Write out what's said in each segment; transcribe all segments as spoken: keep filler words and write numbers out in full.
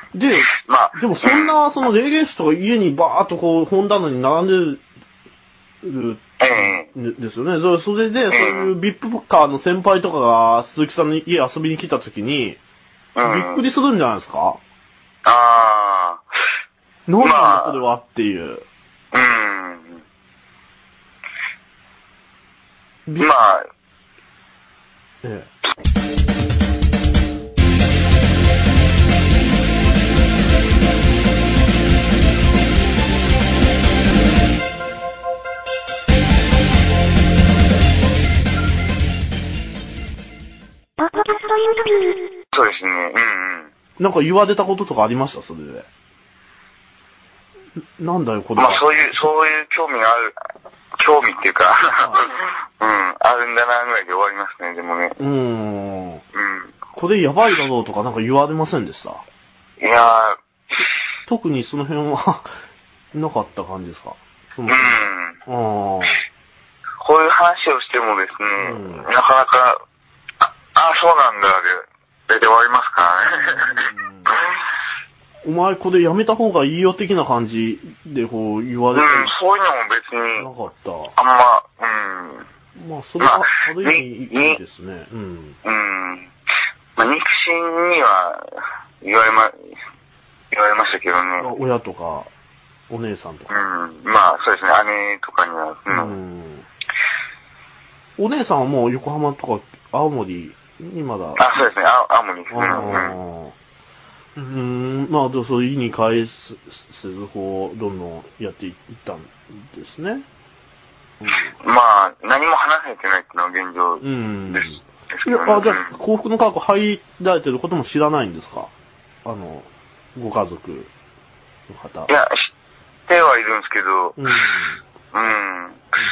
で、 まあ、 でもそんな、その霊言師とか家にバーっとこう、本棚に並んでる、ですよね。そそれで、そういうビップカーの先輩とかが鈴木さんの家遊びに来た時に、びっくりするんじゃないですか？ ああ。 何なんだこれはっていう。 うん。 びまあ、 ええ。 そうですね。うんうん。 なんか言われたこととかありましたそれで。なんだよこれは。 まあそういう、そういう興味がある、興味っていうか、うん、あるんだなぐらいで終わりますね、でもね。 うーん。うん。 うん。 これやばいだろうとかなんか言われませんでした？ いやー。 特にその辺はなかった感じですか？そのうん。 ああ。 こういう話をしてもですね、うん、なかなか、あ、あ、そうなんだ、で、で終わりますからね。 お前これやめた方がいいよ的な感じでこう言われて、 うん、そういうのも別に、 なかった。 あんま、 うん。まあ、それは、ある意味いいですね。うん。 うん。まあ、肉親には言われま、言われましたけどね。 親とか、お姉さんとか。 うん。まあ、そうですね、姉とかには。うん。うん、 お姉さんはもう横浜とか青森にまだ。 あ、そうですね、青森ですね。 うん。うん、まあ、そういう意に返す、せず、こう、どんどんやっていったんですね。 うん、まあ、何も話せてないっていうのは現状です。うん。ですいや、あ、じゃあ、幸福の科学入られてることも知らないんですか？あの、ご家族の方。 いや、知ってはいるんですけど、うん。うん。うん、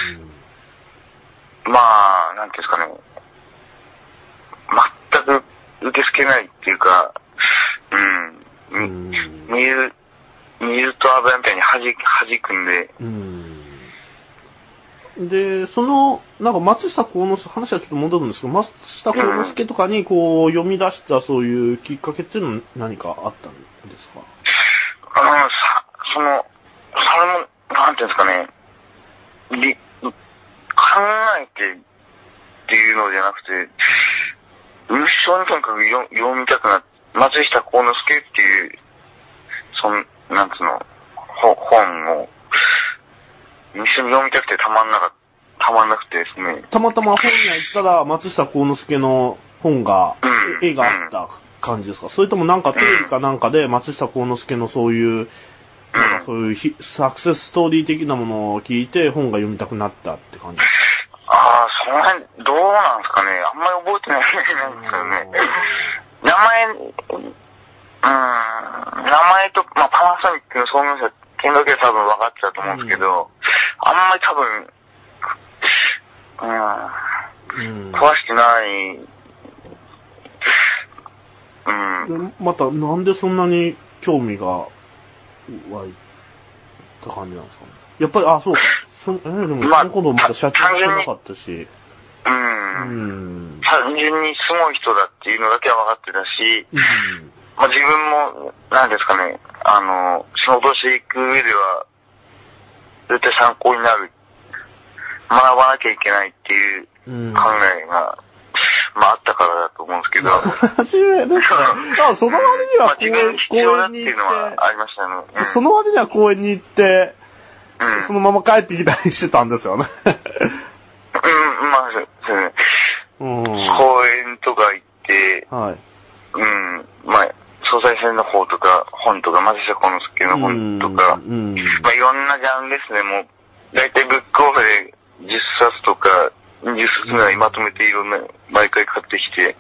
まあ、なんていうんですかね。全く受け付けないっていうか、うん。うん、水、水と油みたいに弾弾くんで。 うん。で、その、なんか松下幸之助、話はちょっと戻るんですけど、松下幸之助とかにこう読み出したそういうきっかけっていうのは何かあったんですか？ あの、さ、その、それも、なんていうんですかね、り、考えてっていうのじゃなくて、一緒にとにかく読読みたくなって、松下幸之助っていう、そん、なんつうの、ほ本を、一緒に読みたくてたまんなかった、たまんなくてですね。 たまたま本屋行ったら、松下幸之助の本が、うん、絵があった感じですか？それともなんかテレビかなんかで松下幸之助のそういう、うん、なんかそういうサクセスストーリー的なものを聞いて本が読みたくなったって感じですか？ ああ、その辺、どうなんですかね。あんまり覚えてないんですよね。名前、うん、名前と、まあ、パナソニックの創業者、見だけは多分分かってたと思うんですけど、うん、あんまり多分、うん、うん、詳しくない、 うん。また、なんでそんなに興味が湧いた感じなんですかね。やっぱり、あ、そうか。そえー、でも、その頃まだ社長してなかったし。 うん。うん。単純にすごい人だっていうのだけは分かってたし、うん、まあ自分も、なんですかね、あの、仕事していく上では、絶対参考になる。学ばなきゃいけないっていう考えが、うん、まああったからだと思うんですけど。 初めですか。あ、その割には公園、 まあ、公園に行って。っていうのはありましたね。 うん、その割には公園に行って、うん、そのまま帰ってきたりしてたんですよね。 うん、まあ、そうね。うん、公園とか行って、はい、うん、まあ、総裁選の方とか、本とか、松下幸之助の本とか、うんうん、まあいろんなジャンルですね、もう、だいたいブックオフでじゅっさつとか、にじゅっさつぐらいまとめていろんな、毎回買ってきて、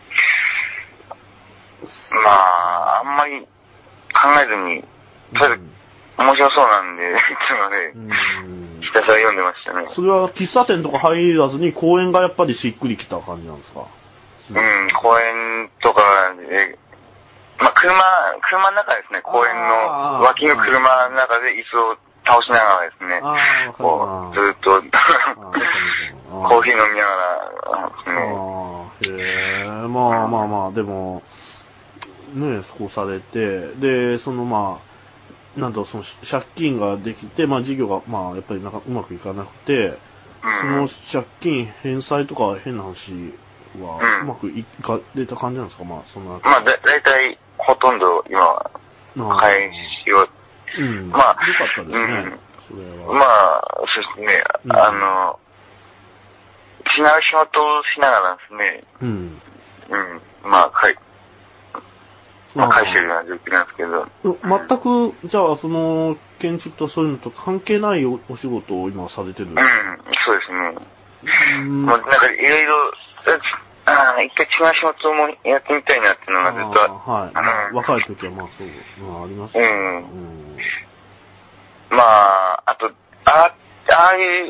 まあ、あんまり考えずに、とりあえず面白そうなんで、いつもね、ひたすら読んでましたね。 それは喫茶店とか入らずに公園がやっぱりしっくりきた感じなんですか？ うん、公園とかで、まあ車、車の中ですね、公園の脇の車の中で椅子を倒しながらですね、こうずっとコーヒー飲みながらですね。 へえ、まあまあまあ、でも、 ね、こうされて、で、そのまあ、なんとその借金ができて、まあ事業がまあやっぱりなんかうまくいかなくて、その借金返済とか変な話はうまくいかれた感じなんですか？まあそんな。 まあだ、だいたいほとんど今は返しを、 うん。 まあ、 よかったですね。うん、それは。 まあ、そうですね、うん、あの、違う仕事をしながらですね、うん。うん。まあ、かい、まあ、返してるような状況なんですけど。 全く、じゃあ、その、建築とそういうのと関係ないお仕事を今されてる？うん、 そうですね。うん。まあ、なんか、いろいろ、ああ、一回違う仕事もやってみたいなっていうのがずっと。 はい。まあ、若い時はまあ、そう、まあ、ありますね。うん。うん、 まあ、あと、あ、ああいう、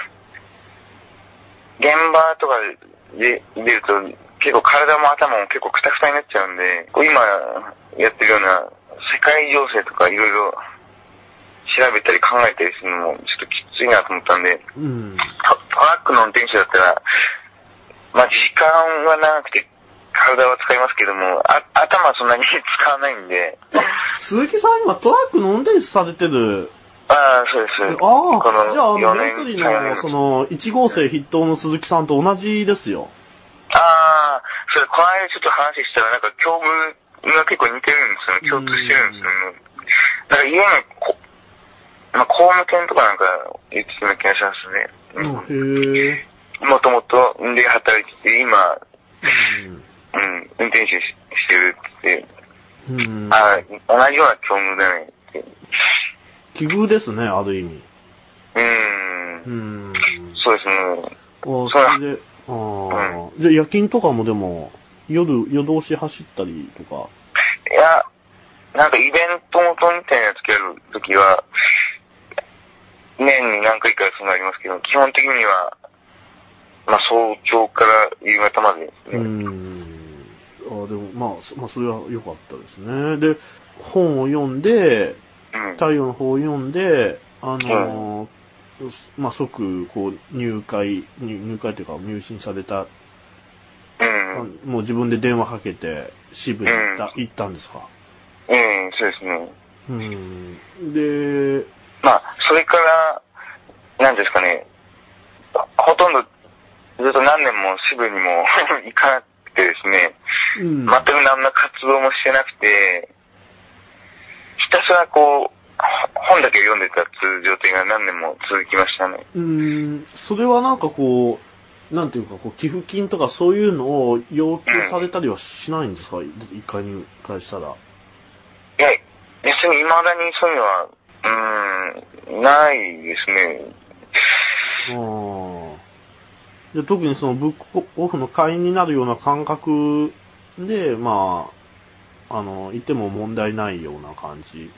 現場とかで出ると、結構体も頭も結構クタクタになっちゃうんで、今やってるような世界情勢とかいろいろ調べたり考えたりするのもちょっときついなと思ったんで、うん、ト, トラックの運転手だったら、まあ時間は長くて体は使いますけども、あ頭はそんなに使わないんで。 鈴木さん今トラックの運転手されてる？ ああ、そうです。 ああ、じゃあ、あの、もう一人の、その、いち号生筆頭の鈴木さんと同じですよ。 ああ、それ、この間ちょっと話したら、なんか、境遇が結構似てるんですよね。共通してるんですよね。だから、家の、こ、まあ、工務店とかなんか言ってたような気がしますね。うん、へえ。もともと、で働いてて、今、うん、うん、運転手し、してるって。うん。ああ、同じような境遇だねって。 奇遇ですね、ある意味。 うーん。うん。そうですね。 あそれで、ああ、うん、じゃあ夜勤とかもでも、夜、夜通し走ったりとか。 いや、なんかイベント元みたいなやつやるときは、年に何回かそうなりますけど、基本的には、まあ早朝から夕方までですね。うーん。 あでも、まあ、まあ、それは良かったですね。で、本を読んで、太陽の方を読んで、あのー、うん、まあ、即、こう、入会、入会というか入信された、うん、もう自分で電話かけて、支部に行った、うん、行ったんですか？ うん、そうですね。 うん。で、 まあ、それから、なんですかね、ほとんど、ずっと何年も支部にも行かなくてですね、うん、全く何の活動もしてなくて、ひたすらこう、本だけ読んでたっていう状態が何年も続きましたね。 うーん、それはなんかこう、なんていうかこう、寄付金とかそういうのを要求されたりはしないんですか？うん、一回入会したら。いや、別に未だにそういうのは、うーん、ないですね。 ああ。じゃあ特にそのブックオフの会員になるような感覚で、まあ、あの、いても問題ないような感じ。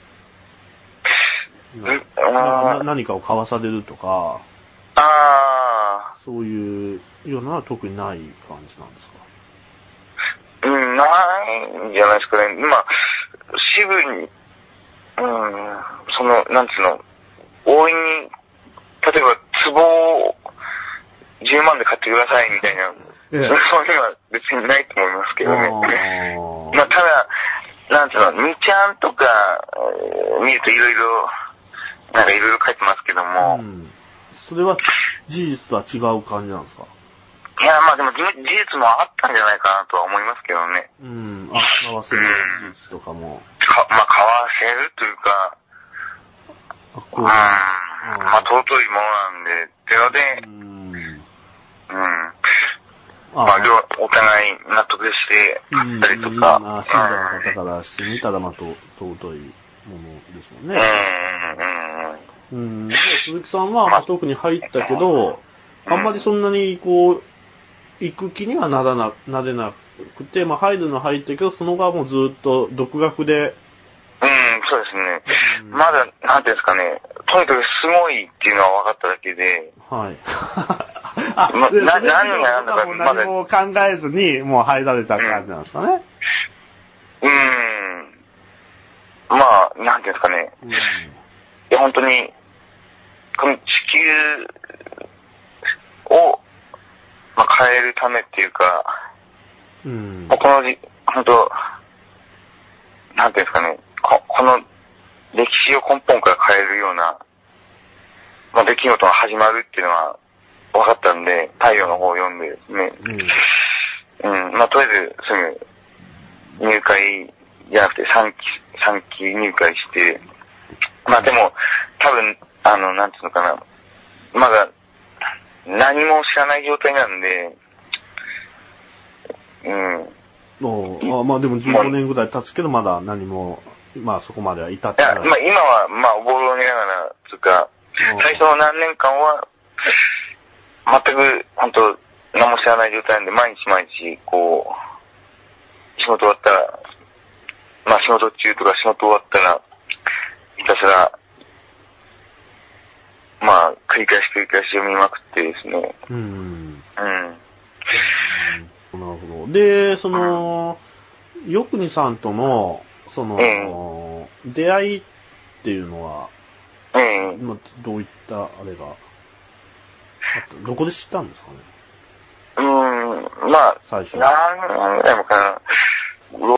な何かを買わされるとか、 あそういうようなのは特にない感じなんですか？ うん、ないんじゃないですかね。まあ、支部に、うん、その、なんつうの、大いに、例えば、壺をじゅうまんで買ってくださいみたいな、ええ、そういうのは別にないと思いますけどね。あまあ、ただ、なんつうの、にちゃんとか、見るといろいろ、なんかいろいろ書いてますけども、うん。 それは事実とは違う感じなんですか？ いや、まあでも事実もあったんじゃないかなとは思いますけどね。 うん。あ、買わせる事実とかも。 か、まあ買わせるというか、あ、こう。うん。まあ尊いものなんで、ってので、うん。うん。あまあ、お互い納得して買ったりとか。 まあ、信者の方からしてみたら、まあ、と尊いものですもんね。うん。うん。で、鈴木さんは、まあ、特に入ったけど、あんまりそんなに、こう、行く気にはならな、なれなくて、まあ、入るのは入ったけど、その後はもうずっと独学で。 うん、そうですね。うん、まだ、なんていうんですかね、とにかくすごいっていうのは分かっただけで。 はい。あ、ま、な、何がなんだか、まだ。何も考えずに、もう入られた感じなんですかね。 うん。うんまあ、なんていうんですかね。うん、いや、本当に、この地球を、まあ、変えるためっていうか、うん、このじ、本当、 なんていうんですかね、こ、この歴史を根本から変えるような、まあ、出来事が始まるっていうのは分かったんで、太陽の方を読んでですね、うん、うん、まあ、とりあえずすぐ入会じゃなくてさんき、さんき入会して、まあでも、多分、あの、なんていうのかな、まだ何も知らない状態なんで、うん。 おあまあでもじゅうごねんぐらい経つけど、まだ何も、まあそこまでは至ってない。 いや、まあ今は、まあ、おぼろげながら、つうか、最初の何年間は、全く、本当何も知らない状態なんで、毎日毎日、こう、仕事終わったら、まあ仕事中とか仕事終わったら、ひたすら、まあ、繰り返し繰り返し読みまくってですね。 うん。うん。 うん。 なるほど。で、その、よくにさんとの、その、うん、出会いっていうのは、うん、どういったあれが、どこで知ったんですかね。 うん、まあ、 最初。 何年ぐらいもかな。